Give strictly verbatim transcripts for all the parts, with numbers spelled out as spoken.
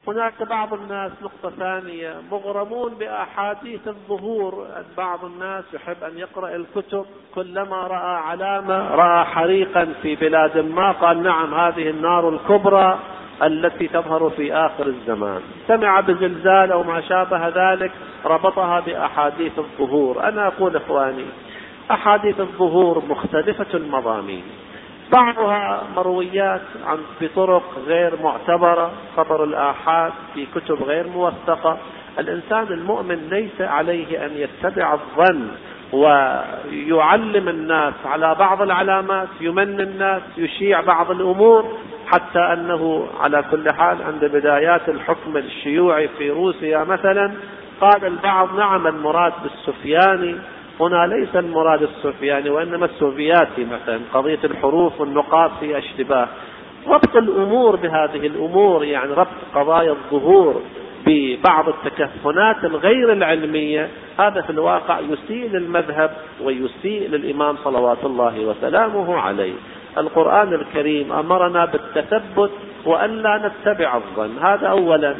هناك بعض الناس، نقطة ثانية، مغرمون بأحاديث الظهور. بعض الناس يحب أن يقرأ الكتب، كلما رأى علامة، رأى حريقا في بلاد ما، قال نعم هذه النار الكبرى التي تظهر في آخر الزمان. سمع بزلزال أو ما شابه ذلك ربطها بأحاديث الظهور. أنا أقول إخواني، أحاديث الظهور مختلفة المضامين، بعضها مرويات عن بطرق غير معتبرة، خبر الآحاد في كتب غير موثقة. الإنسان المؤمن ليس عليه أن يتبع الظن ويعلم الناس على بعض العلامات، يمن الناس، يشيع بعض الأمور، حتى أنه على كل حال عند بدايات الحكم الشيوعي في روسيا مثلا قال البعض نعم المراد بالسفياني هنا ليس المراد السفياني وإنما السوفياتي مثلا، قضية الحروف والنقاط في اشتباه. ربط الأمور بهذه الأمور، يعني ربط قضايا الظهور ببعض التكهنات الغير العلمية، هذا في الواقع يسيء للمذهب ويسيء للإمام صلوات الله وسلامه عليه. القرآن الكريم أمرنا بالتثبت وأن لا نتبع الظن، هذا أولا.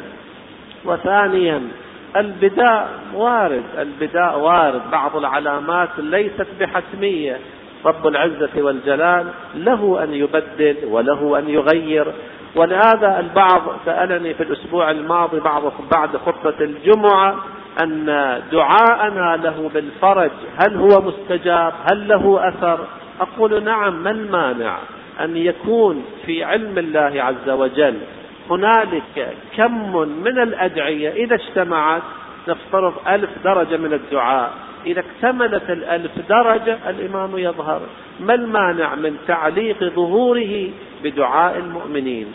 وثانيا البداء وارد، البداء وارد، بعض العلامات ليست بحتمية. رب العزة والجلال له أن يبدل وله أن يغير. ولهذا البعض سألني في الأسبوع الماضي بعض بعد خطبة الجمعة أن دعاءنا له بالفرج هل هو مستجاب، هل له أثر؟ أقول نعم، ما المانع أن يكون في علم الله عز وجل هنالك كم من الأدعية إذا اجتمعت، نفترض ألف درجة من الدعاء، إذا اكتملت الألف درجة الإمام يظهر. ما المانع من تعليق ظهوره بدعاء المؤمنين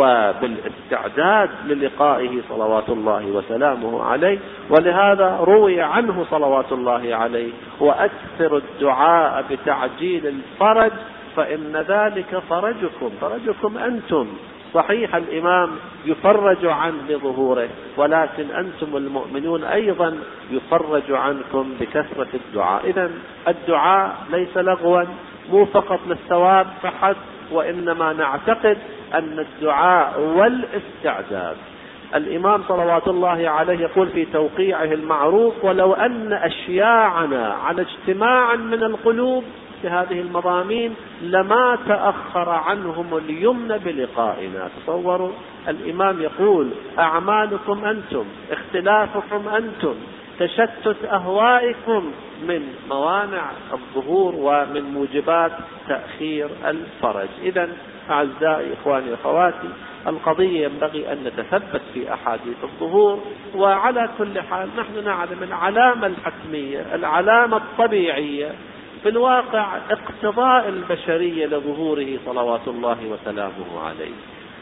وبالاستعداد للقائه صلوات الله وسلامه عليه؟ ولهذا روي عنه صلوات الله عليه وأكثر الدعاء بتعجيل الفرج فإن ذلك فرجكم فرجكم أنتم. صحيح الإمام يفرج عنه بظهوره، ولكن أنتم المؤمنون أيضا يفرج عنكم بكثرة الدعاء. إذن الدعاء ليس لغوا مو فقط للثواب فحسب، وإنما نعتقد أن الدعاء والاستعداد. الإمام صلوات الله عليه يقول في توقيعه المعروف ولو أن أشياعنا على اجتماع من القلوب في هذه المضامين لما تأخر عنهم اليمن بلقائنا. تصوروا، الإمام يقول أعمالكم أنتم، اختلافكم أنتم، تشتت أهوائكم من موانع الظهور ومن موجبات تأخير الفرج. إذن أعزائي إخواني وأخواتي، القضية ينبغي أن نتثبت في أحاديث الظهور. وعلى كل حال نحن نعلم العلامة الحتمية، العلامة الطبيعية في الواقع اقتضاء البشرية لظهوره صلوات الله وسلامه عليه.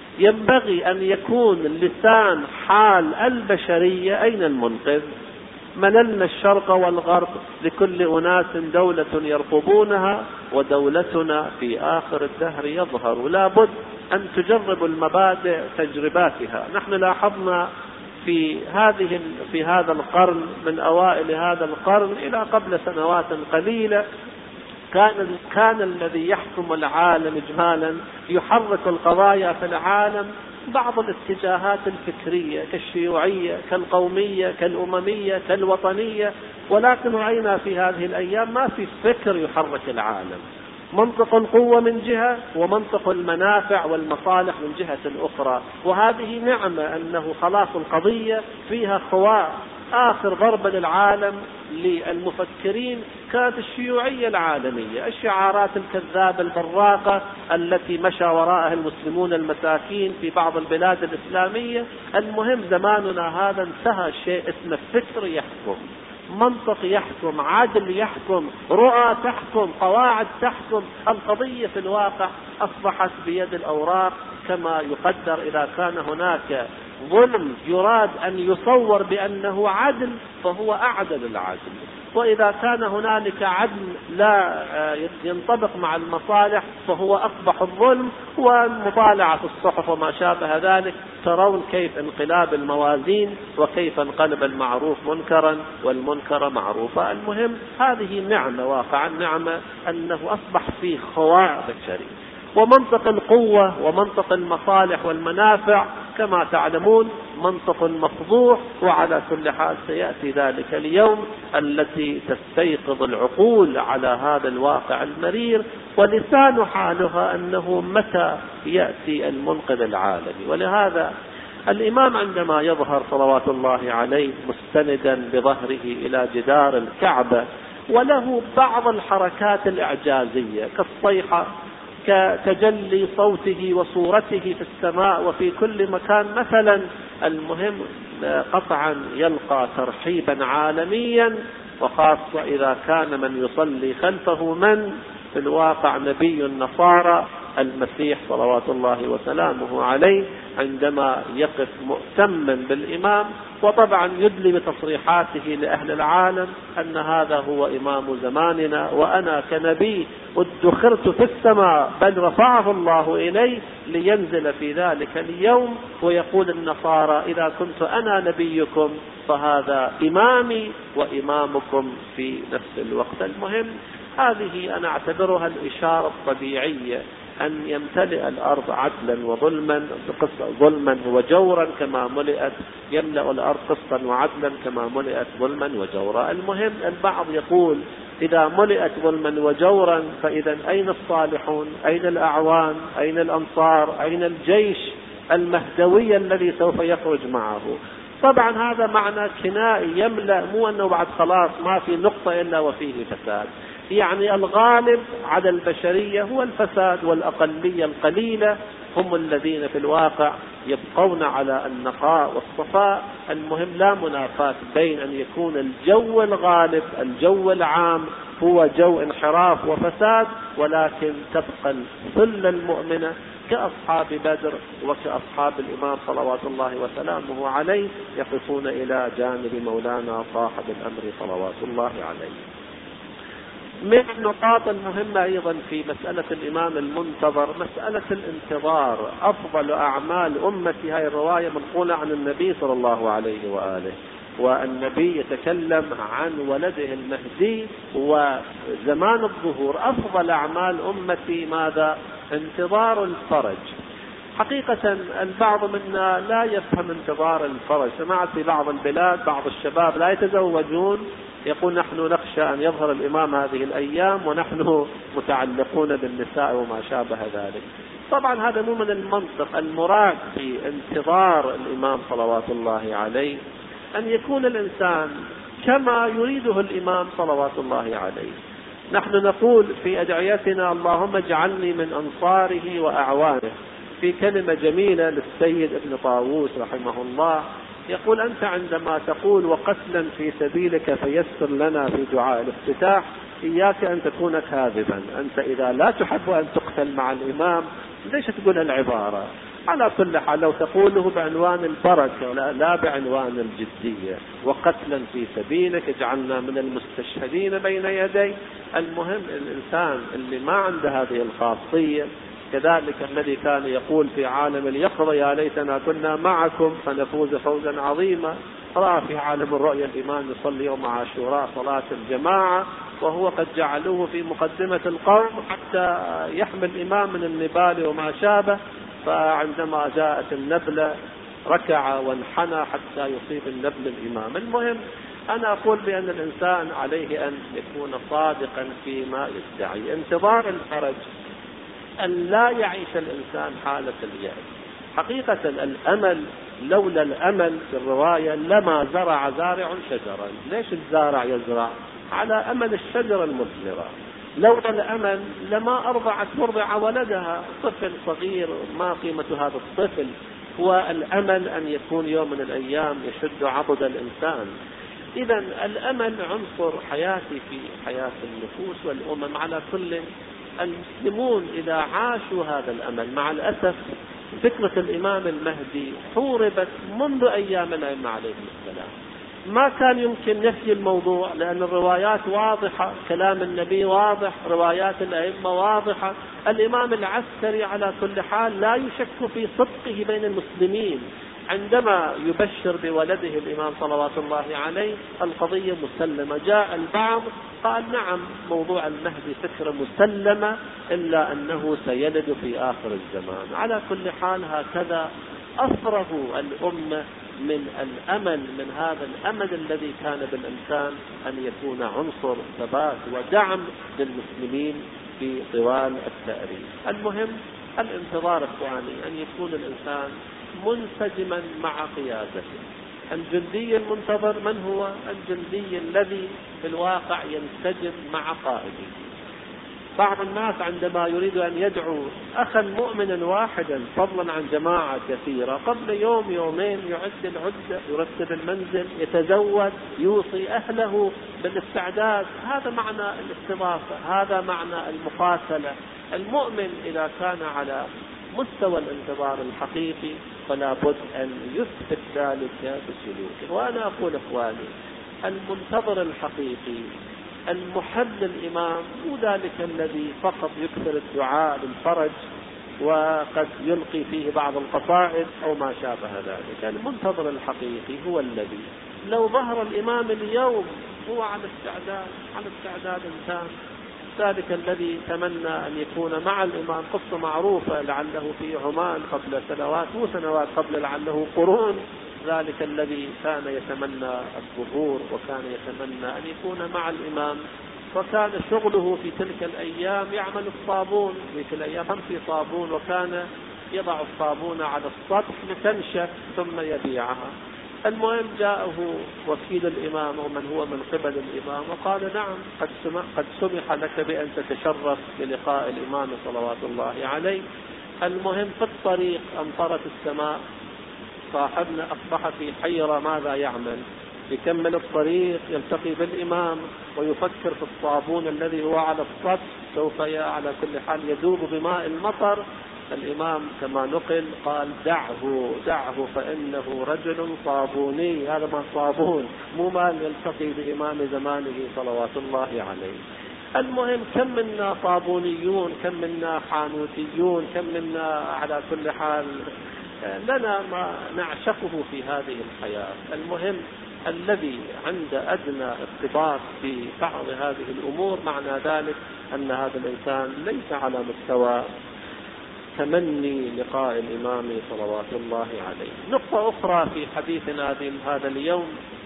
ينبغي أن يكون لسان حال البشرية أين المنقذ؟ مللنا الشرق والغرب، لكل أناس دولة يرقبونها ودولتنا في آخر الدهر يظهر. لا بد أن تجرب المبادئ تجرباتها. نحن لاحظنا في هذه في هذا القرن، من أوائل هذا القرن إلى قبل سنوات قليلة، كان كان الذي يحكم العالم إجمالا يحرك القضايا في العالم بعض الاتجاهات الفكرية كالشيوعية، كالقومية، كالأممية، كالوطنية. ولكن رأينا في هذه الأيام ما في فكر يحرك العالم، منطق القوة من جهة ومنطق المنافع والمصالح من جهة أخرى. وهذه نعمة أنه خلاص القضية فيها خواء. آخر ضربة للعالم للمفكرين كانت الشيوعية العالمية، الشعارات الكذابة البراقة التي مشى وراءها المسلمون المساكين في بعض البلاد الإسلامية. المهم زماننا هذا انتهى شيء اسمه فكر يحكم، منطق يحكم، عدل يحكم، رؤى تحكم، قواعد تحكم. القضية في الواقع أصبحت بيد الأوراق كما يقدر. إذا كان هناك ظلم يراد أن يصور بأنه عدل فهو أعدل العدل، وإذا كان هنالك عدل لا ينطبق مع المصالح فهو أقبح الظلم. ومطالعة الصحف وما شابه ذلك ترون كيف انقلاب الموازين وكيف انقلب المعروف منكرا والمنكر معروفا. المهم هذه نعمة، واقعا نعمة أنه أصبح فيه خواء بشري. ومنطق القوة ومنطق المصالح والمنافع كما تعلمون منطق مفضوح. وعلى كل حال سيأتي ذلك اليوم التي تستيقظ العقول على هذا الواقع المرير، ولسان حالها أنه متى يأتي المنقذ العالمي. ولهذا الإمام عندما يظهر صلوات الله عليه مستندا بظهره إلى جدار الكعبة وله بعض الحركات الإعجازية كالصيحة، كتجلي صوته وصورته في السماء وفي كل مكان مثلا، المهم قطعا يلقى ترحيبا عالميا، وخاصة إذا كان من يصلي خلفه من في الواقع نبي النصارى المسيح صلوات الله وسلامه عليه، عندما يقف مؤتما بالإمام وطبعا يدلي بتصريحاته لأهل العالم أن هذا هو إمام زماننا، وأنا كنبي ادخرت في السماء بل رفعه الله إليه لينزل في ذلك اليوم، ويقول النصارى إذا كنت أنا نبيكم فهذا إمامي وإمامكم في نفس الوقت. المهم هذه أنا أعتبرها الإشارة الطبيعية أن يمتلئ الأرض عدلا وظلما ظلما وجورا كما ملئت، يملأ الأرض قسطا وعدلا كما ملئت ظلما وجورا. المهم البعض يقول إذا ملئت ظلما وجورا فإذا أين الصالحون؟ أين الأعوان؟ أين الأنصار؟ أين الجيش المهدوي الذي سوف يخرج معه؟ طبعا هذا معنى كنائي يملأ، مو أنه بعد خلاص ما في نقطة إلا وفيه فساد. يعني الغالب على البشرية هو الفساد، والأقلية القليلة هم الذين في الواقع يبقون على النقاء والصفاء. المهم لا منافاة بين أن يكون الجو الغالب الجو العام هو جو انحراف وفساد، ولكن تبقى الظلة المؤمنة كأصحاب بدر وكأصحاب الإمام صلوات الله وسلامه عليه يقفون إلى جانب مولانا صاحب الأمر صلوات الله عليه. من النقاط المهمة أيضا في مسألة الإمام المنتظر مسألة الانتظار. أفضل أعمال أمتي، هاي الرواية منقولة عن النبي صلى الله عليه وآله، والنبي يتكلم عن ولده المهدي وزمان الظهور. أفضل أعمال أمتي ماذا؟ انتظار الفرج. حقيقة البعض منا لا يفهم انتظار الفرج. سمعت في بعض البلاد بعض الشباب لا يتزوجون، يقول نحن نخشى أن يظهر الإمام هذه الأيام ونحن متعلقون بالنساء وما شابه ذلك. طبعا هذا مو من المنطق. المراد في انتظار الإمام صلوات الله عليه أن يكون الإنسان كما يريده الإمام صلوات الله عليه. نحن نقول في أدعيتنا اللهم اجعلني من أنصاره وأعوانه. في كلمة جميلة للسيد ابن طاووس رحمه الله يقول أنت عندما تقول وقتلا في سبيلك فيسر لنا في دعاء الافتتاح، إياك أن تكون كاذبا. أنت إذا لا تحب أن تقتل مع الإمام ليش تقول العبارة؟ على كل حال لو تقوله بعنوان البركة لا, لا بعنوان الجدية. وقتلا في سبيلك اجعلنا من المستشهدين بين يدي. المهم الإنسان اللي ما عنده هذه الخاصية، كذلك الذي كان يقول في عالم اليقظة يا ليتنا كنا معكم فنفوز فوزا عظيما، رأى في عالم الرؤيا الإمام يصلي يوم عاشوراء صلاة الجماعة وهو قد جعلوه في مقدمة القوم حتى يحمي الإمام من النبال وما شابه، فعندما جاءت النبلة ركع وانحنى حتى يصيب النبل الإمام. المهم أنا أقول بأن الإنسان عليه أن يكون صادقا فيما يدعي. انتظار الفرج أن لا يعيش الإنسان حالة اليأس. حقيقة الأمل، لولا الأمل في الرواية لما زرع زارع شجرا. ليش الزارع يزرع؟ على أمل الشجرة المثمرة. لولا الأمل لما أرضعت مرضعة ولدها. طفل صغير ما قيمة هذا الطفل؟ هو الأمل أن يكون يوم من الأيام يشد عضد الإنسان. إذا الأمل عنصر حياتي في حياة النفوس والأمم. على كل المسلمون إذا عاشوا هذا الأمل، مع الأسف فكرة الإمام المهدي حوربت منذ أيام الأئمة عليهم السلام. ما كان يمكن نفي الموضوع لأن الروايات واضحة، كلام النبي واضح، روايات الأئمة واضحة. الإمام العسكري على كل حال لا يشك في صدقه بين المسلمين. عندما يبشر بولده الإمام صلوات الله عليه القضية مسلمة. جاء البعض قال نعم موضوع المهدي فكرة مسلمة إلا أنه سيلد في آخر الزمان. على كل حال هكذا أفرغوا الأمة من الأمل، من هذا الأمل الذي كان بالإنسان أن يكون عنصر ثبات ودعم للمسلمين في طوال التاريخ. المهم الانتظار إخواني أن يكون الإنسان منسجما مع قيادته. الجندي المنتظر من هو؟ الجندي الذي في الواقع ينسجم مع قائده. بعض الناس عندما يريد أن يدعو أخا مؤمنا واحدا فضلا عن جماعة كثيرة، قبل يوم يومين يعد العدة، يرتب المنزل، يتزود، يوصي أهله بالاستعداد. هذا معنى الاستضافة، هذا معنى المقاتلة. المؤمن إذا كان على مستوى الانتظار الحقيقي فلا بد أن يثبت ذلك بسلوكه. وأنا أقول إخواني، المنتظر الحقيقي المحب للإمام هو ذلك الذي فقط يكثر الدعاء للفرج وقد يلقي فيه بعض القصائد أو ما شابه ذلك. المنتظر الحقيقي هو الذي لو ظهر الإمام اليوم هو على استعداد على استعداد إنسان. ذلك الذي تمنى أن يكون مع الإمام، قصة معروفة لعله في عمان قبل سنوات مو سنوات قبل لعله قرون، ذلك الذي كان يتمنى الظهور وكان يتمنى أن يكون مع الإمام، وكان شغله في تلك الأيام يعمل الصابون. في تلك الأيام هم في صابون، وكان يضع الصابون على السطح لتنشف ثم يبيعها. المهم جاءه وكيل الإمام ومن هو من قبل الإمام وقال نعم قد سمح, قد سمح لك بأن تتشرف بلقاء الإمام صلوات الله عليه. المهم في الطريق أمطرت السماء، صاحبنا أصبح في حيرة ماذا يعمل. يكمل الطريق يلتقي بالإمام ويفكر في الصابون الذي هو على السطح سوف على كل حال يذوب بماء المطر. الإمام كما نقل قال دعه دعه فإنه رجل صابوني، هذا ما صابون مو مال يلتقي بإمام زمانه صلوات الله عليه. المهم كم منا صابونيون، كم منا حانوتيون، كم منا على كل حال لنا ما نعشقه في هذه الحياة. المهم الذي عند أدنى ارتباط في بعض هذه الأمور معنى ذلك أن هذا الإنسان ليس على مستوى تمني لقاء الإمام صلوات الله عليه. نقطة أخرى في حديثنا هذا اليوم،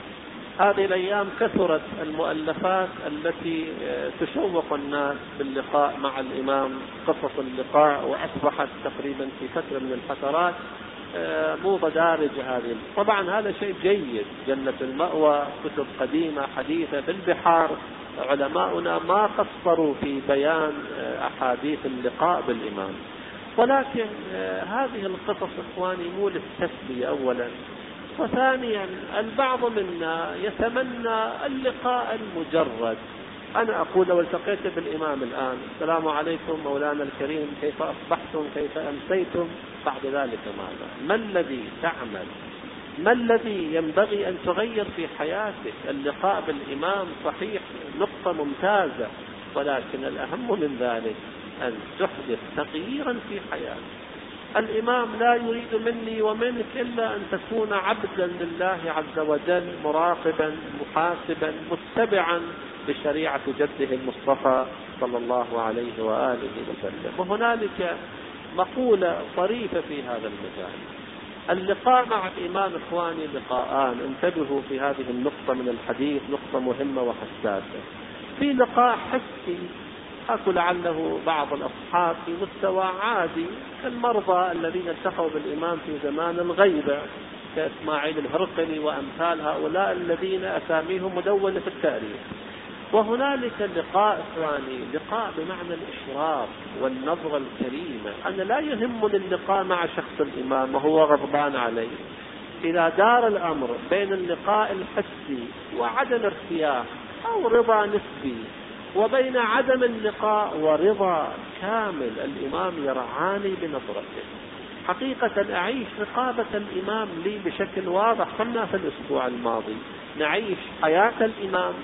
هذه الأيام كثرت المؤلفات التي تشوق الناس باللقاء مع الإمام، قصص اللقاء، وأصبحت تقريبا في فترة من الفترات مو بدارج هذه. طبعا هذا شيء جيد، جنة المأوى، كتب قديمة حديثة في البحار، علماؤنا ما قصروا في بيان أحاديث اللقاء بالإمام. ولكن هذه القصص إخواني مو للتسلية أولا، وثانيا البعض منا يتمنى اللقاء المجرد. أنا أقول لو التقيت بالإمام الآن السلام عليكم مولانا الكريم، كيف أصبحتم، كيف أمسيتم، بعد ذلك ماذا؟ ما الذي تعمل؟ ما الذي ينبغي أن تغير في حياتك؟ اللقاء بالإمام صحيح نقطة ممتازة، ولكن الأهم من ذلك أن تحدث تغييرا في حياتك. الإمام لا يريد مني ومنك إلا أن تكون عبدا لله عز وجل، مراقبا محاسبا متبعا بشريعة جده المصطفى صلى الله عليه وآله وسلم. وهنالك مقولة طريفة في هذا المجال، اللقاء مع الإمام إخواني لقاءان، انتبهوا في هذه النقطة من الحديث، نقطة مهمة وحساسة. في لقاء حسي أكو لعله بعض الأصحاب في مستوى عادي كالمرضى الذين التقوا بالإمام في زمان الغيبة كإسماعيل الهرقلي وأمثال هؤلاء الذين أساميهم مدونة في التاريخ. وهنالك لقاء إخواني لقاء بمعنى الإشراف والنظرة الكريمة. أنا لا يهمني اللقاء مع شخص الإمام وهو غضبان عليه. إذا دار الأمر بين اللقاء الحسي وعدم ارتياح أو رضا نسبي وبين عدم اللقاء ورضا كامل، الإمام يرعاني بنظرته. حقيقة أعيش رقابة الإمام لي بشكل واضح. قلنا في الأسبوع الماضي نعيش حياة الإمام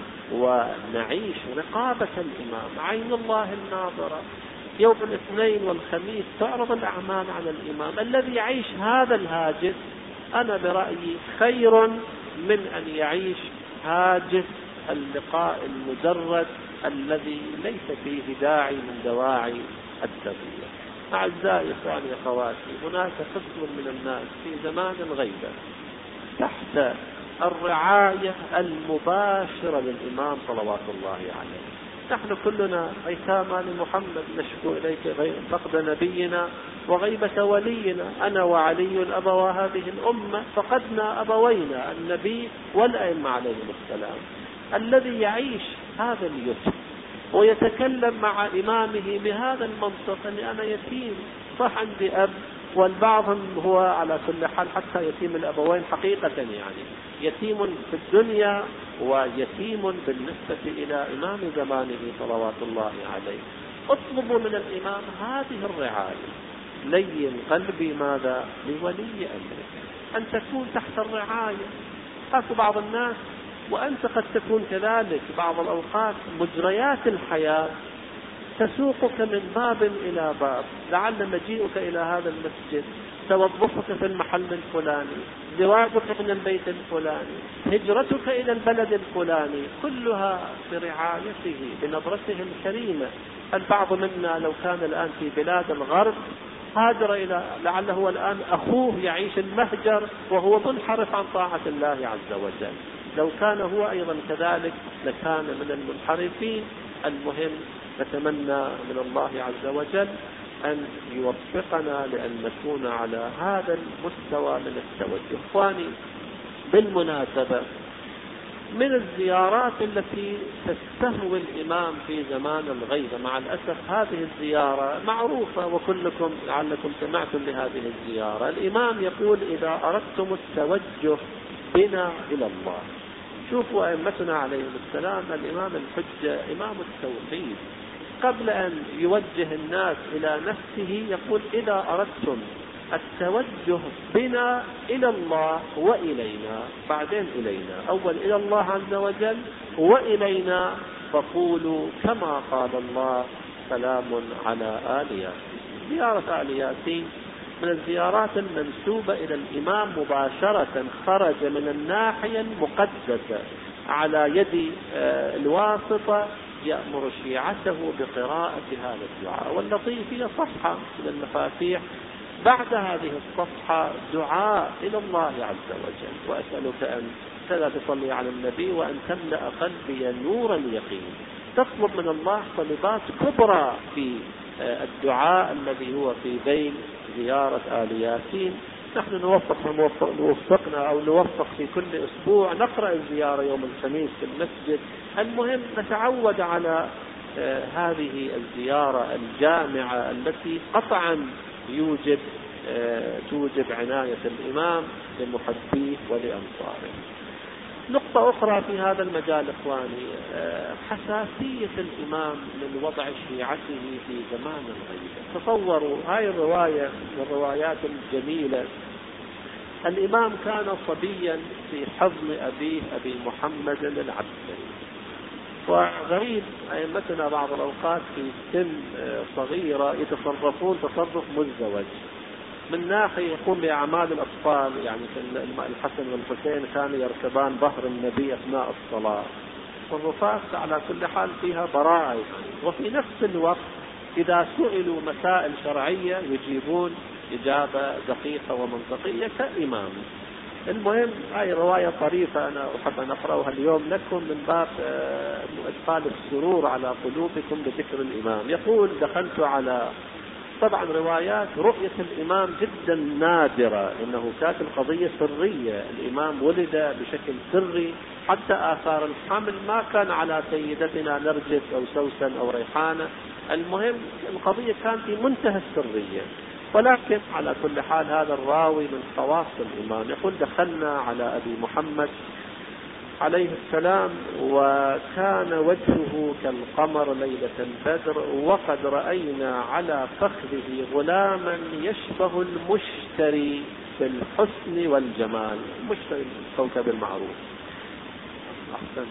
ونعيش رقابة الإمام، عين الله الناظرة. يوم الاثنين والخميس تعرض الأعمال على الإمام. الذي يعيش هذا الهاجس أنا برأيي خير من أن يعيش هاجس اللقاء المجرد الذي ليس فيه داعي من دواعي التغيير. أعزائي إخواني أخواتي، هناك قسم من الناس في زمان الغيبة تحت الرعاية المباشرة للإمام صلوات الله عليه. نحن كلنا أيتاما لمحمد، نشكو إليك فقد نبينا وغيبة ولينا. أنا وعلي أبوا هذه الأمة، فقدنا أبوينا النبي والأئمة عليهم السلام. الذي يعيش هذا اليتم ويتكلم مع إمامه بهذا المنطق أني أنا يتيم، صح عندي أب، والبعض هو على كل حال حتى يتيم الأبوين حقيقة، يعني يتيم في الدنيا ويتيم بالنسبة إلى إمام زمانه صلوات الله عليه. اطلبوا من الإمام هذه الرعاية. لين قلبي ماذا؟ لولي أمرك، أن تكون تحت الرعاية. أكو بعض الناس وأنت قد تكون كذلك بعض الأوقات مجريات الحياة تسوقك من باب إلى باب، لعل مجيئك إلى هذا المسجد، توظفك في المحل الفلاني، زواجك من البيت الفلاني، هجرتك إلى البلد الفلاني، كلها برعايته بنظرته الكريمة. البعض منا لو كان الآن في بلاد الغرب هاجر إلى، لعله هو الآن أخوه يعيش المهجر وهو منحرف عن طاعة الله عز وجل. لو كان هو أيضا كذلك لكان من المنحرفين. المهم نتمنى من الله عز وجل أن يوفقنا لأن نكون على هذا المستوى من التوجه. إخواني، بالمناسبة من الزيارات التي تستهوي الإمام في زمان الغيبة، مع الأسف هذه الزيارة معروفة وكلكم لعلكم سمعتم بهذه الزيارة. الإمام يقول: إذا أردتم التوجه بنا إلى الله. شوفوا أئمتنا عليهم السلام، الإمام الحجة إمام التوحيد، قبل أن يوجه الناس إلى نفسه يقول: إذا أردتم التوجه بنا إلى الله وإلينا، بعدين إلينا، أول إلى الله عز وجل وإلينا، فقولوا كما قال الله: سلام على آل ياسين. زيارة آل ياسين من الزيارات المنسوبة إلى الإمام مباشرة، خرج من الناحية المقدسة على يد الواسطة يأمر شيعته بقراءة هذا الدعاء. واللطيف هي صفحة من المفاتيح، بعد هذه الصفحة دعاء إلى الله عز وجل: وأسألك أن لا تصلي على النبي وأن تملأ قلبي نور اليقين. تطلب من الله طلبات كبرى في الدعاء الذي هو في بين زيارة آل ياسين. نحن نوفق نوفقنا أو نوفق في كل أسبوع نقرأ الزيارة يوم الخميس في المسجد. المهم نتعود على هذه الزيارة الجامعة التي قطعا يوجب توجب عناية الإمام لمحبيه ولأنصاره. نقطة أخرى في هذا المجال إخواني، حساسية الإمام من وضع شيعته في زمان الغيبة. تصوروا هاي الرواية من الروايات الجميلة. الإمام كان صبيا في حضن أبيه أبي محمد العبسري، وغريب أئمتنا بعض الأوقات في سن صغيرة يتصرفون تصرف مزدوج. من ناحية يقوم بأعمال الأطفال، يعني الحسن والحسين كانوا يركبان ظهر النبي أثناء الصلاة، تصرفات على كل حال فيها براءة، وفي نفس الوقت إذا سئلوا مسائل شرعية يجيبون إجابة دقيقة ومنطقية كإمام. المهم هاي رواية طريفة أنا أحب أن أقرأها اليوم لكم من باب إدخال السرور على قلوبكم بذكر الإمام. يقول: دخلت على، طبعا روايات رؤية الإمام جدا نادرة، إنه كانت القضية سرية، الإمام ولد بشكل سري، حتى آثار الحمل ما كان على سيدتنا نرجس أو سوسن أو ريحانة. المهم القضية كانت في منتهى السرية، ولكن على كل حال هذا الراوي من خواص الإمام. يقول: دخلنا على أبي محمد عليه السلام وكان وجهه كالقمر ليلة البدر، وقد رأينا على فخذه غلاما يشبه المشتري بالحسن والجمال، المشتري الكوكب المعروف. أحسن.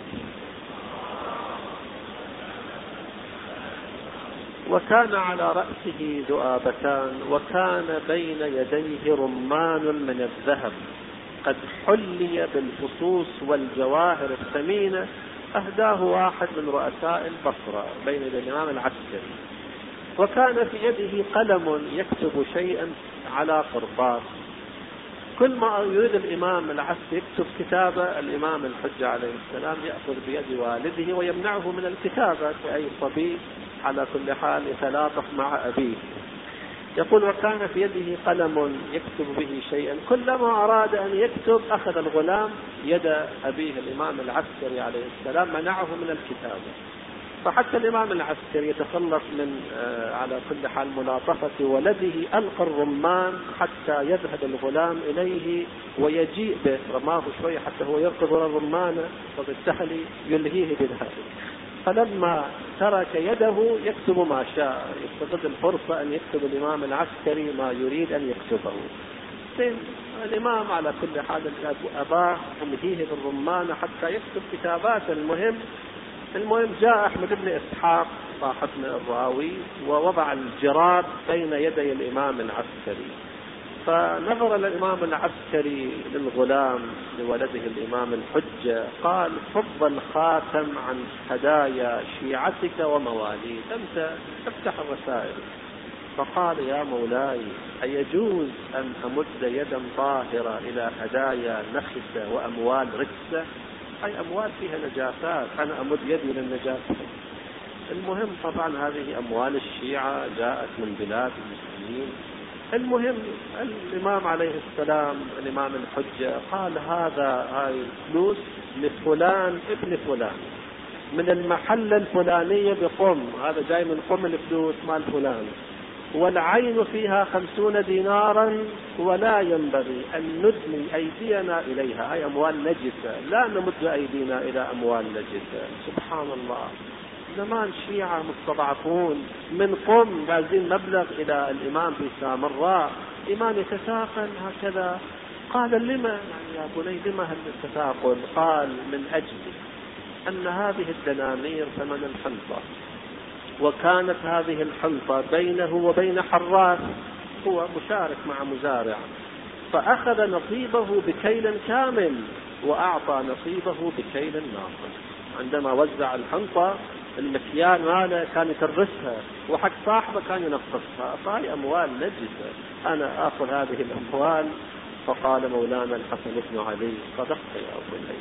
وكان على رأسه ذؤابتان، وكان بين يديه رمان من الذهب قد حلي بالفصوص والجواهر الثمينة، أهداه واحد من رؤساء البصرة بين الإمام العسكري. وكان في يده قلم يكتب شيئا على قرطاس. كل ما يريد الإمام العسكري يكتب كتابة، الإمام الحجة عليه السلام يأخذ بيد والده ويمنعه من الكتابة كأي صبي على كل حال يتلاطف مع أبيه. يقول وكان في يده قلم يكتب به شيئا، كلما أراد أن يكتب أخذ الغلام يد أبيه الإمام العسكري عليه السلام منعه من الكتابة. فحتى الإمام العسكري يتخلص من على كل حال ملاطفة ولده، ألقى الرمان حتى يذهب الغلام إليه ويجيء به، رماه شوي حتى هو يركض الرمان فبالتالي يلهيه بذلك. فلما ترك يده يكتب ما شاء، يستغل الفرصة أن يكتب الإمام العسكري ما يريد أن يكتبه. الإمام على كل حال أباه يلهيه بالرمان حتى يكتب كتابات. المهم المهم جاء أحمد بن إسحاق صاحبنا الراوي ووضع الجراب بين يدي الإمام العسكري، فنظر الإمام العسكري للغلام لولده الإمام الحجة قال فض الخاتم عن هدايا شيعتك ومواليك، أنت افتح الرسائل. فقال يا مولاي أيجوز أن أمد يدا طاهرة إلى هدايا نخسة وأموال ركسة؟ أي أموال فيها نجاسات، أنا أمد يدي للنجاسة. المهم طبعا هذه أموال الشيعة جاءت من بلاد المسلمين. المهم الإمام عليه السلام الإمام الحجة قال هذا هاي فلوس لفلان ابن فلان من المحلة الفلانية بقم، هذا جاي من قم الفلوس مال فلان، والعين فيها خمسون دينارا ولا ينبغي أن ندني أيدينا إليها، هاي أموال نجسة، لا نمد أيدينا إلى أموال نجسة. سبحان الله، زمان الشيعة مستضعفون من قم لازم مبلغ إلى الإمام بسامراء، إمام يتساقل هكذا. قال لما يعني يا بني لما هل التساقل؟ قال من أجل أن هذه الدنانير ثمن الحنطة، وكانت هذه الحنطة بينه وبين حراس، هو مشارك مع مزارع، فأخذ نصيبه بكيل كامل وأعطى نصيبه بكيل ناقص. عندما وزع الحنطة المكيال ماله كان يكرسها وحق صاحبه كان ينقصها، فهي أموال نجسة، أنا أخذ هذه الأموال. فقال مولانا الحسن بن علي صدقت يا أبو العيد.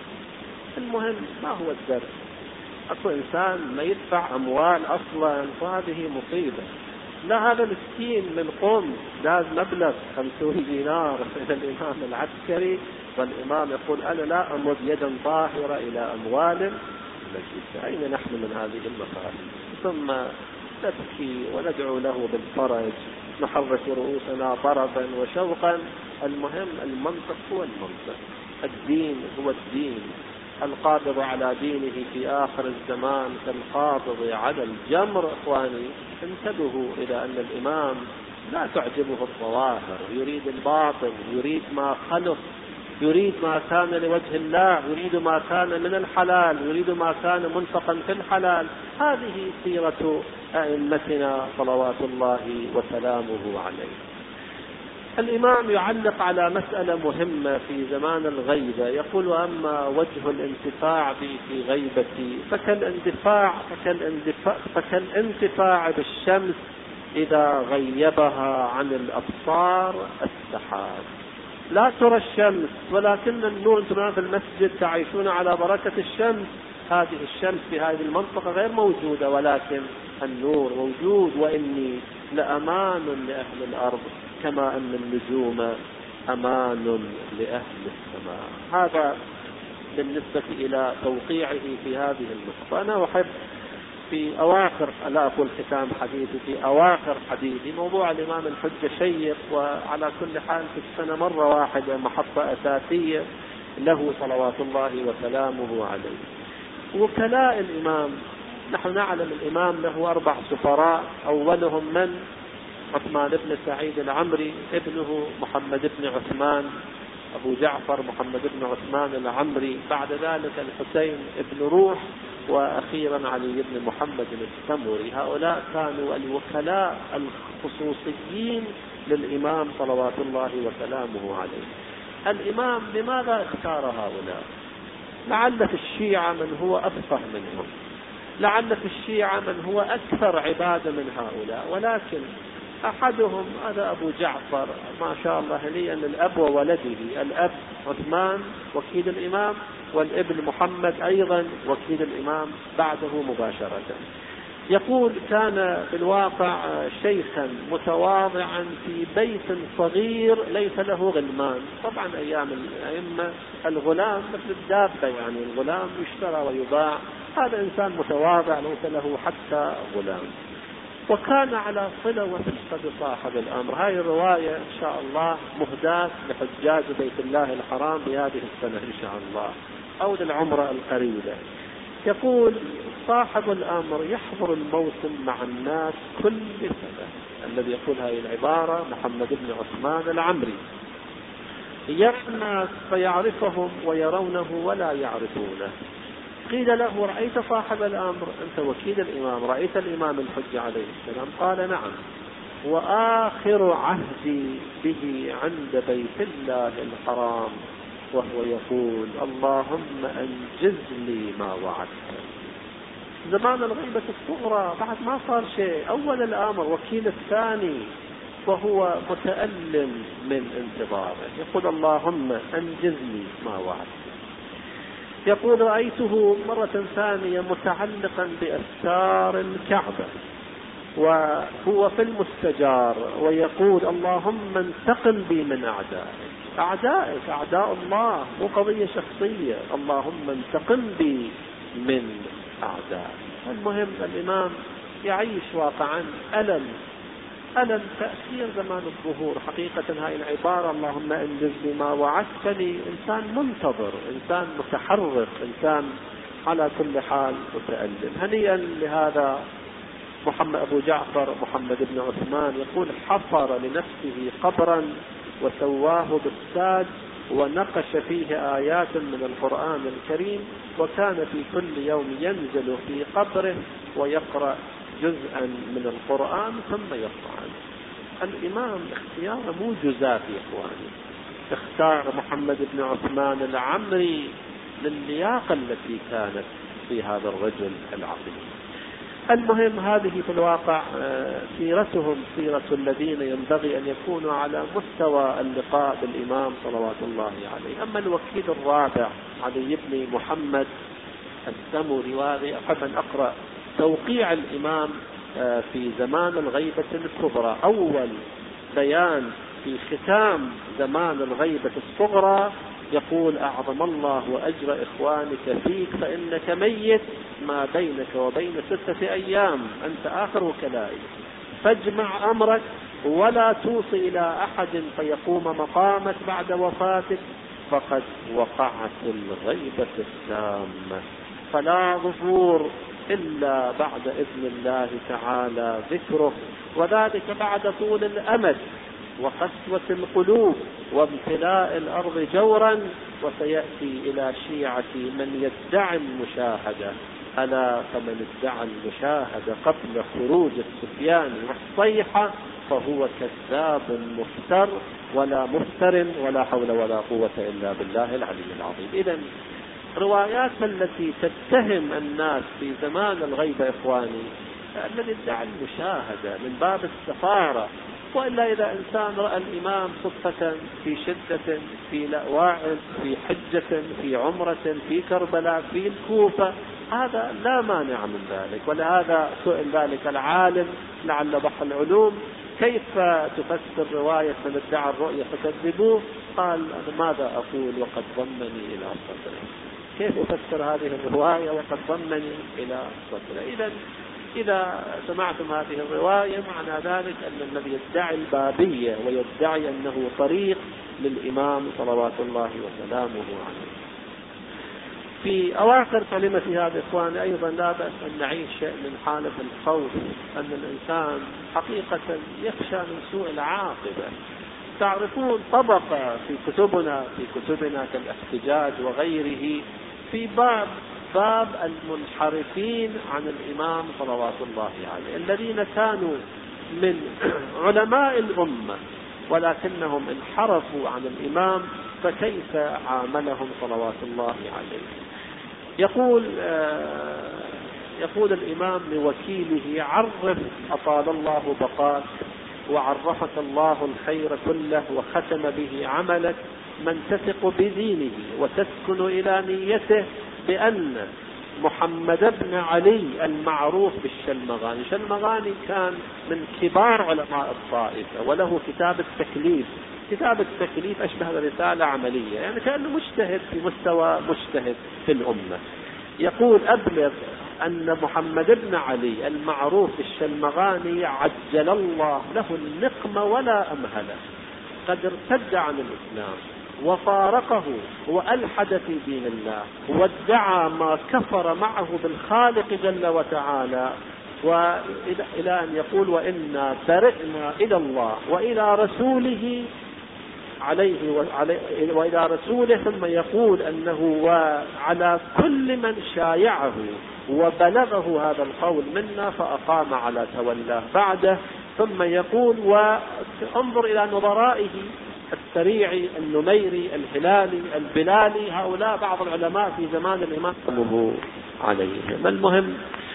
المهم ما هو الدرس؟ أكو إنسان ما يدفع أموال أصلا فهذه مصيبة. لا هذا مسكين من قوم داز مبلغ خمسون دينار إلى الإمام العسكري، والإمام يقول أنا لا أمد يدا طاهرة إلى أموال نجسة. أين نحن من هذه المصائب؟ ثم نبكي وندعو له بالفرج، نحرك رؤوسنا طربا وشوقا. المهم المنطق هو المنطق، الدين هو الدين. القابض على دينه في آخر الزمان كالقابض على الجمر. إخواني انتبهوا إلى أن الإمام لا تعجبه الظواهر، يريد الباطل، يريد ما خلق، يريد ما كان لوجه الله، يريد ما كان من الحلال، يريد ما كان منفقا في الحلال. هذه سيرة أئمتنا صلوات الله وسلامه عليه. الإمام يعلق على مسألة مهمة في زمان الغيبة، يقول أما وجه الانتفاع بي في غيبتي فكالاندفاع فكالاندفاع فكالانتفاع بالشمس إذا غيبها عن الأبصار السحاب. لا ترى الشمس ولكن النور، أنتم في المسجد تعيشون على بركة الشمس، هذه الشمس في هذه المنطقة غير موجودة ولكن النور موجود. وإني لأمان لأهل الأرض كما أن النجوم أمان لأهل السماء. هذا بالنسبة إلى توقيعه في هذه النقطة. أنا أحب في أواخر، لا أقول ختام حديثي، في أواخر حديثي موضوع الإمام الحجة شيق، وعلى كل حال في السنة مرة واحدة محطة أساسية له صلوات الله وسلامه عليه. وكلاء الإمام، نحن نعلم الإمام له أربع سفراء، أولهم من؟ عثمان بن سعيد العمري، ابنه محمد بن عثمان أبو جعفر محمد بن عثمان العمري، بعد ذلك الحسين بن روح، وأخيرا علي بن محمد السمري. هؤلاء كانوا الوكلاء الخصوصيين للإمام صلوات الله وسلامه عليه. الإمام لماذا اختار هؤلاء؟ لعل في الشيعة من هو أفقه منهم، لعل في الشيعة من هو أكثر عبادة من هؤلاء، ولكن أحدهم هذا أبو جعفر ما شاء الله هنيئا للأب وولده، الأب عثمان وكيل الإمام، والابن محمد أيضا وكيل الإمام بعده مباشرة. يقول كان بالواقع شيخا متواضعا في بيت صغير ليس له غلمان. طبعا أيام الأئمة الغلام مثل الدابة، يعني الغلام يشترى ويباع، هذا إنسان متواضع ليس له حتى غلام، وكان على صلة وثقة بصاحب الأمر. هذه الرواية إن شاء الله مهداة لحجاج بيت الله الحرام بهذه السنة إن شاء الله أو للعمرة القريبة. يقول صاحب الأمر يحضر الموسم مع الناس كل سنة. الذي يقول هذه العبارة محمد بن عثمان العمري. يرى الناس فيعرفهم ويرونه ولا يعرفونه. قيل له رأيت صاحب الأمر؟ أنت وكيل الإمام، رأيت الإمام الحجة عليه السلام؟ قال نعم، وآخر عهدي به عند بيت الله الحرام وهو يقول اللهم أنجز لي ما وعدت. زمان الغيبة الصغرى بعد ما صار شيء، أول الأمر وكيل الثاني وهو متألم من انتظاره، يقول اللهم أنجز لي ما وعدت. يقول رأيته مرة ثانية متعلقا بأستار الكعبة وهو في المستجار ويقول اللهم انتقم بي من أعدائك. أعدائك أعداء الله، مو قضية شخصية، اللهم انتقم بي من أعدائك. المهم الإمام يعيش واقعا ألم ألم تأثير زمان الظهور. حقيقة هاي العبارة اللهم أنجز لي ما وعدتني، إنسان منتظر، إنسان متحرك، إنسان على كل حال متألم. هنيئا لهذا محمد أبو جعفر محمد بن عثمان يقول حفر لنفسه قبرا وسواه بالساج ونقش فيه آيات من القرآن الكريم، وكان في كل يوم ينزل في قبره ويقرأ جزءا من القرآن ثم يطعن. الإمام اختيار مو جزافي يا إخواني، اختار محمد بن عثمان العمري للياقة التي كانت في هذا الرجل العظيم. المهم هذه في الواقع سيرتهم سيرة الذين ينبغي أن يكونوا على مستوى اللقاء بالإمام صلوات الله عليه. أما الوكيل الرابع علي بن محمد السمري، وهذه أحب أن أقرأ توقيع الإمام في زمان الغيبة الكبرى، أول بيان في ختام زمان الغيبة الصغرى، يقول أعظم الله أجر إخوانك فيك فإنك ميت ما بينك وبين ستة أيام، أنت آخر وكلائي، فاجمع أمرك ولا توصي إلى أحد فيقوم مقامك بعد وفاتك، فقد وقعت الغيبة التامة، فلا ظهور إلا بعد إذن الله تعالى ذكره، وذلك بعد طول الأمد وقسوة القلوب وامتلاء الأرض جورا. وسيأتي إلى شيعة من يدعي المشاهدة، ألا فمن ادعى المشاهدة قبل خروج السفيان والصيحة فهو كذاب مفتر ولا مفتر ولا حول ولا قوة إلا بالله العلي العظيم. إذن روايات التي تتهم الناس في زمان الغيبة إخواني الذي ادعى المشاهدة من باب السفارة، وإلا إذا إنسان رأى الإمام صدفة في شدة في لأواع في حجة في عمرة في كربلاء في الكوفة، هذا لا مانع من ذلك. ولهذا سئل ذلك العالم لعل بحر العلوم كيف تفسر رواية من ادعى الرؤية فكذبوه؟ قال أنا ماذا أقول وقد ضمني إلى صدره، كيف أفسر هذه الرواية وقد ضمني إلى صدره؟ إذا إذا سمعتم هذه الرواية معنى ذلك أن الذي يدعي البابية ويدعي أنه طريق للإمام صلوات الله وسلامه عليه. في أواخر كلمة هذا إخوان أيضا لا بأس أن نعيش من حالة الخوف، أن الإنسان حقيقة يخشى من سوء العاقبة. تعرفون طبقة في كتبنا في كتبنا كالاحتجاج وغيره في باب باب المنحرفين عن الإمام صلوات الله عليه، الذين كانوا من علماء الأمة ولكنهم انحرفوا عن الإمام، فكيف عاملهم صلوات الله عليه. يقول يقول الإمام لوكيله: عرف أطال الله بقاك وعرفك الله الخير كله وختم به عملك من تثق بدينه وتسكن إلى نيته بأن محمد بن علي المعروف بالشلمغاني. الشلمغاني كان من كبار علماء الطائفة وله كتاب التكليف. كتاب التكليف أشبه رسالة عملية، يعني كأنه مجتهد في مستوى مجتهد في الأمة. يقول: أبلغ أن محمد بن علي المعروف بالشلمغاني عجل الله له النقمة ولا أمهله، قد ارتد عن الإسلام وفارقه وألحد في دين الله وادعى ما كفر معه بالخالق جل وتعالى، وإلى أن يقول: وإنا برئنا إلى الله وإلى رسوله عليه وإلى رسوله. ثم يقول أنه وعلى كل من شايعه وبلغه هذا القول منا فأقام على تولاه بعده. ثم يقول: وانظر إلى نظرائه السريعي النميري الهلالي البلالي، هؤلاء بعض العلماء في زمان الإمام عليهم. المهم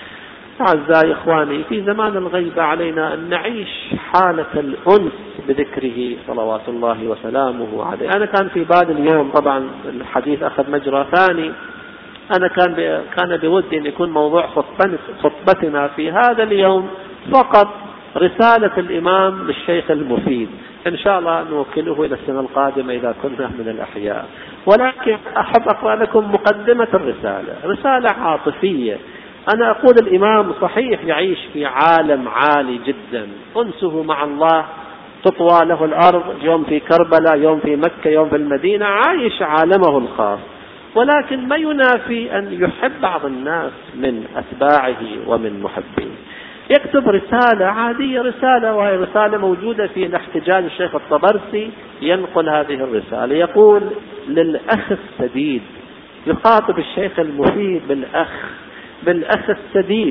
أعزائي إخواني، في زمان الغيبة علينا أن نعيش حالة الأنس بذكره صلوات الله وسلامه عليه. أنا كان في بالي اليوم، طبعا الحديث أخذ مجرى ثاني، أنا كان كان بودي أن يكون موضوع خطبتنا في هذا اليوم فقط رسالة الإمام للشيخ المفيد، إن شاء الله نوكله إلى السنة القادمة إذا كنا من الأحياء. ولكن أحب أقرأ لكم مقدمة الرسالة، رسالة عاطفية. أنا أقول الإمام صحيح يعيش في عالم عالي جدا، أنسه مع الله تطوى له الأرض، يوم في كربلاء، يوم في مكة، يوم في المدينة، عايش عالمه الخاص. ولكن ما ينافي أن يحب بعض الناس من أتباعه ومن محبيه. يكتب رسالة عادية، رسالة وهي رسالة موجودة في الاحتجاج. الشيخ الطبرسي ينقل هذه الرسالة، يقول: للأخ السديد، يخاطب الشيخ المفيد بالأخ بالأخ السديد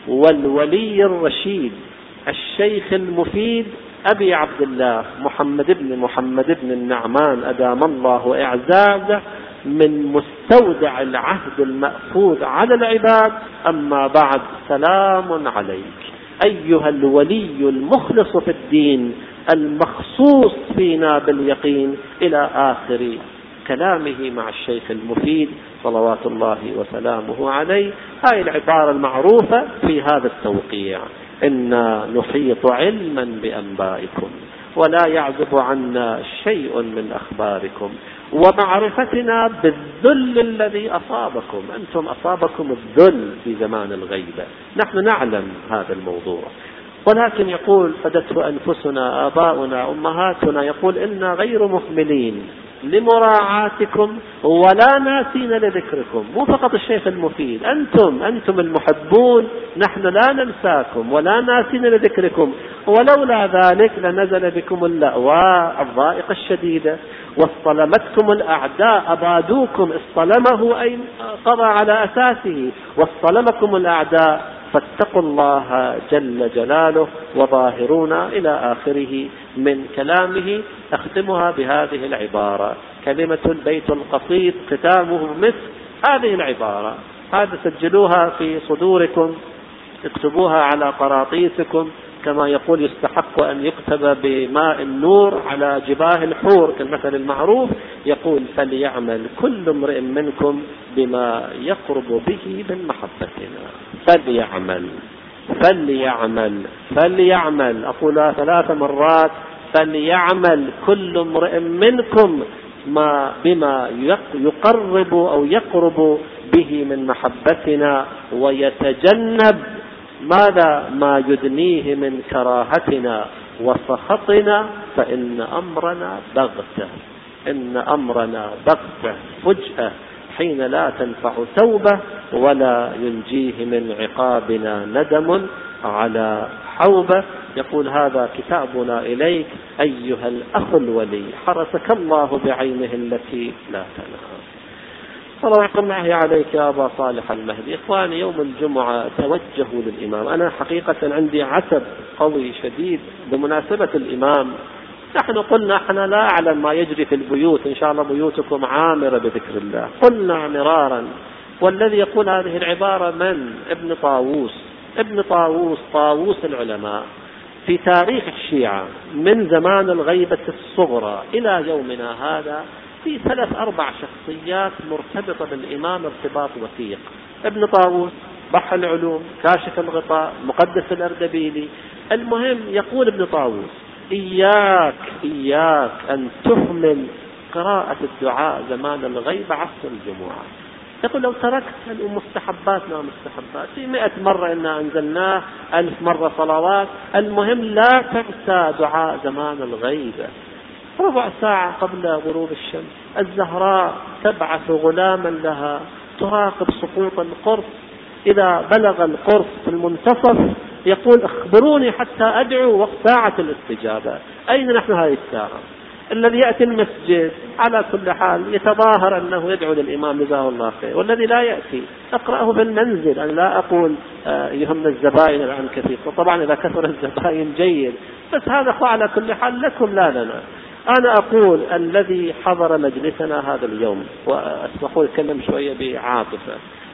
والولي الرشيد الشيخ المفيد أبي عبد الله محمد بن محمد بن النعمان أدام الله إعزازه، من مستودع العهد المأخوذ على العباد. أما بعد، سلام عليك أيها الولي المخلص في الدين المخصوص فينا باليقين، إلى آخر كلامه مع الشيخ المفيد صلوات الله وسلامه عليه. هاي العبارة المعروفة في هذا التوقيع: إنا نحيط علما بأنبائكم ولا يعزب عنا شيء من أخباركم، ومعرفتنا بالذل الذي أصابكم. أنتم أصابكم الذل في زمان الغيبة، نحن نعلم هذا الموضوع. ولكن يقول: فدته أنفسنا آباؤنا أمهاتنا، يقول: إنا غير مهملين لمراعاتكم ولا ناسين لذكركم. مو فقط الشيخ المفيد، أنتم أنتم المحبون، نحن لا ننساكم ولا ناسين لذكركم. ولولا ذلك لنزل بكم اللأواء الضائقة الشديدة، واصطلمتكم الأعداء، أبادوكم، اصطلمه أي قضى على أساسه، واصطلمكم الأعداء، فاتقوا الله جل جلاله وظاهرون، إلى آخره من كلامه. أختمها بهذه العبارة، كلمة البيت القصيد ختامه مثل هذه العبارة. هذا سجلوها في صدوركم، اكتبوها على قراطيسكم، كما يقول: يستحق أن يكتب بماء النور على جباه الحور، كالمثل المعروف. يقول: فليعمل كل امرئ منكم بما يقرب به من محبتنا. فليعمل فليعمل فليعمل أقولها ثلاث مرات: فليعمل كل امرئ منكم ما بما يقرب أو يقرب به من محبتنا، ويتجنب ماذا ما يدنيه من كراهتنا وسخطنا، فإن أمرنا بغتة إن أمرنا بغتة فجأة، حين لا تنفع توبة ولا ينجيه من عقابنا ندم على حوبة. يقول: هذا كتابنا إليك أيها الأخ الولي، حرسك الله بعينه التي لا تنام. صلوات الله عليك يا أبا صالح المهدي. إخواني، يوم الجمعة توجهوا للإمام. أنا حقيقة عندي عتب قوي شديد بمناسبة الإمام. نحن قلنا احنا لا أعلم ما يجري في البيوت، إن شاء الله بيوتكم عامرة بذكر الله. قلنا مرارا والذي يقول هذه العبارة من؟ ابن طاووس. ابن طاووس طاووس العلماء في تاريخ الشيعة من زمان الغيبة الصغرى إلى يومنا هذا في ثلاث أربع شخصيات مرتبطة بالإمام ارتباط وثيق. ابن طاووس بحر العلوم، كاشف الغطاء، مقدس الأردبيلي. المهم يقول ابن طاووس: إياك إياك أن تهمل قراءة الدعاء زمان الغيبة عصر الجمعة. يقول لو تركت المستحباتنا مستحبات في مئة مرة إنا أنزلناه، ألف مرة صلوات، المهم لا تنسى دعاء زمان الغيبة. ربع ساعة قبل غروب الشمس الزهراء تبعث غلاما لها تراقب سقوط القرص، إذا بلغ القرص في المنتصف يقول: اخبروني حتى أدعو وقت ساعة الاستجابة. أين نحن هذه الساعة؟ الذي يأتي المسجد على كل حال يتظاهر أنه يدعو للإمام جزاه الله خير، والذي لا يأتي اقرأه في المنزل. أنا لا أقول يهم الزبائن الآن كثير، وطبعا إذا كثر الزبائن جيد، بس هذا على كل حال لكم لا لنا. أنا أقول الذي حضر مجلسنا هذا اليوم، وأسمحوا أتكلم شوية بعاطفة،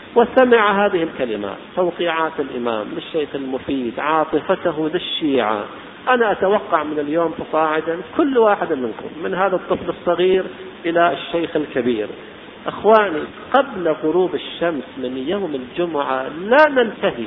وسمع هذه الكلمات، توقيعات الإمام للشيخ المفيد، عاطفته للشيعة، أنا أتوقع من اليوم فصاعدا كل واحد منكم، من هذا الطفل الصغير إلى الشيخ الكبير، أخواني، قبل غروب الشمس من يوم الجمعة لا ننتهي.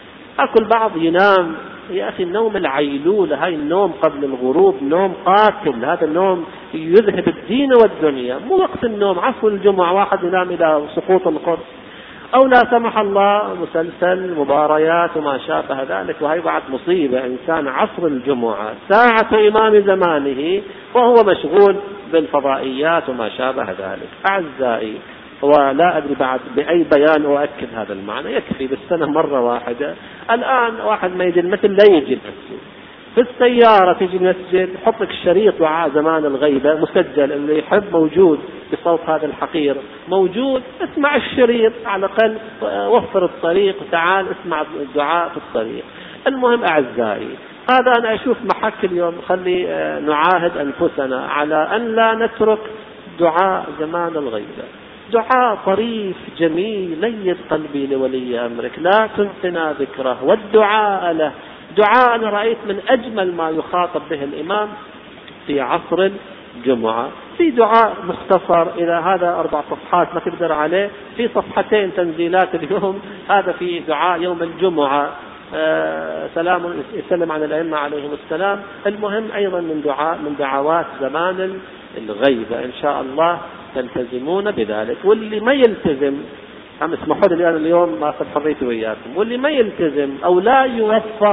أكل بعض ينام، يا أخي النوم العيلولة، هاي النوم قبل الغروب نوم قاتل، هذا النوم يذهب الدين والدنيا، مو وقت النوم. عصر الجمعة واحد ينام إلى سقوط القرص، أو لا سمح الله مسلسل مباريات وما شابه ذلك، وهي بعد مصيبة. إنسان عصر الجمعة ساعة إمام زمانه وهو مشغول بالفضائيات وما شابه ذلك. أعزائي، ولا أدري بعد بأي بيان أؤكد هذا المعنى، يكفي بالسنة مرة واحدة. الآن واحد ما يجي المثل لا يجي المسجد، في السيارة تجي المسجد، حط لك الشريط دعاء زمان الغيبة مسجل، اللي يحب موجود بصوت هذا الحقير موجود، اسمع الشريط على الأقل، وفر الطريق وتعال اسمع الدعاء في الطريق. المهم أعزائي، هذا أنا أشوف محك اليوم، خلي نعاهد أنفسنا على أن لا نترك دعاء زمان الغيبة. دعاء طريف جميل ليد قلبي لولي أمرك، لا تنسنا ذكره والدعاء له. دعاء أنا رأيت من أجمل ما يخاطب به الإمام في عصر الجمعة. في دعاء مختصر، إذا هذا أربع صفحات ما تقدر عليه، في صفحتين تنزيلات اليوم، هذا في دعاء يوم الجمعة، آه سلام يسلم على الأئمة عليهم السلام. المهم أيضا من دعاء من دعوات زمان الغيبة، إن شاء الله تلتزمون بذلك. واللي ما يلتزم، هم اسمحوا لي الآن اليوم ما أخذ حريتي وياكم، واللي ما يلتزم أو لا يوفق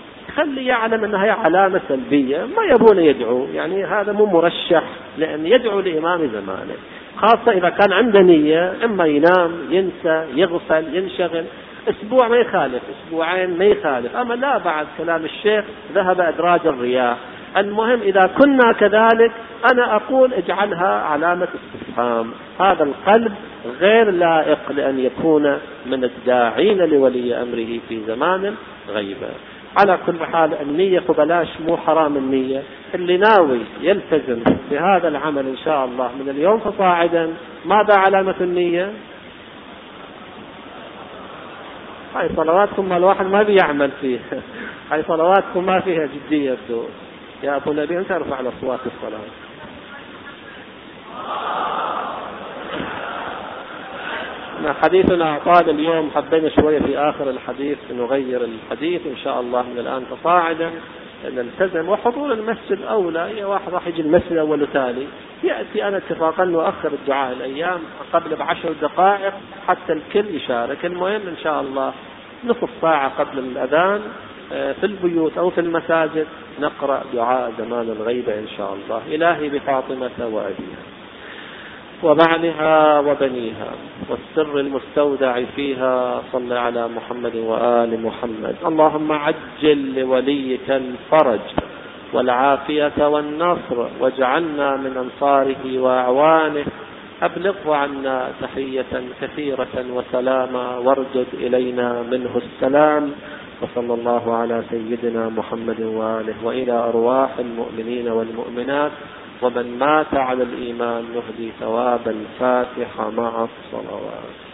خلي يعلم أنها هي علامة سلبية، ما يبون يدعو، يعني هذا مو مرشح لأن يدعو لإمام زمانه، خاصة إذا كان عنده نية. إما ينام، ينسى، يغفل، ينشغل، أسبوع ما يخالف، أسبوعين ما يخالف، أما لا، بعد كلام الشيخ ذهب أدراج الرياح. المهم إذا كنا كذلك أنا أقول اجعلها علامة استفهام. هذا القلب غير لائق لأن يكون من الداعين لولي أمره في زمان غيبة. على كل حال النية فبلاش، مو حرام النية. اللي ناوي يلتزم بهذا العمل إن شاء الله من اليوم فصاعدا، ماذا علامة النية؟ هاي صلواتكم ما الواحد ما بيعمل فيه، هاي صلواتكم ما فيها جدية. يا أبو نبي أنت ارفع الأصوات الصلاة. حديثنا طال اليوم، حبينا شوية في آخر الحديث نغير الحديث إن شاء الله من الآن فصاعدا نلتزم. وحضور المسجد أولى، واحد راح يجي المسجد أول وتالي يأتي، أنا اتفاقا نؤخر الدعاء الأيام قبل بعشر دقائق حتى الكل يشارك. المهم إن شاء الله نصف ساعة قبل الأذان في البيوت أو في المساجد نقرأ دعاء زمان الغيبة إن شاء الله. إلهي بفاطمة وأبيها وبعلها وبنيها والسر المستودع فيها، صل على محمد وآل محمد. اللهم عجل لوليك الفرج والعافية والنصر، واجعلنا من أنصاره وأعوانه. أبلغه عنا تحية كثيرة وسلاما، واردد إلينا منه السلام. وصلى الله على سيدنا محمد وآله، وإلى أرواح المؤمنين والمؤمنات ومن مات على الإيمان نهدي ثواب الفاتحة مع الصلوات.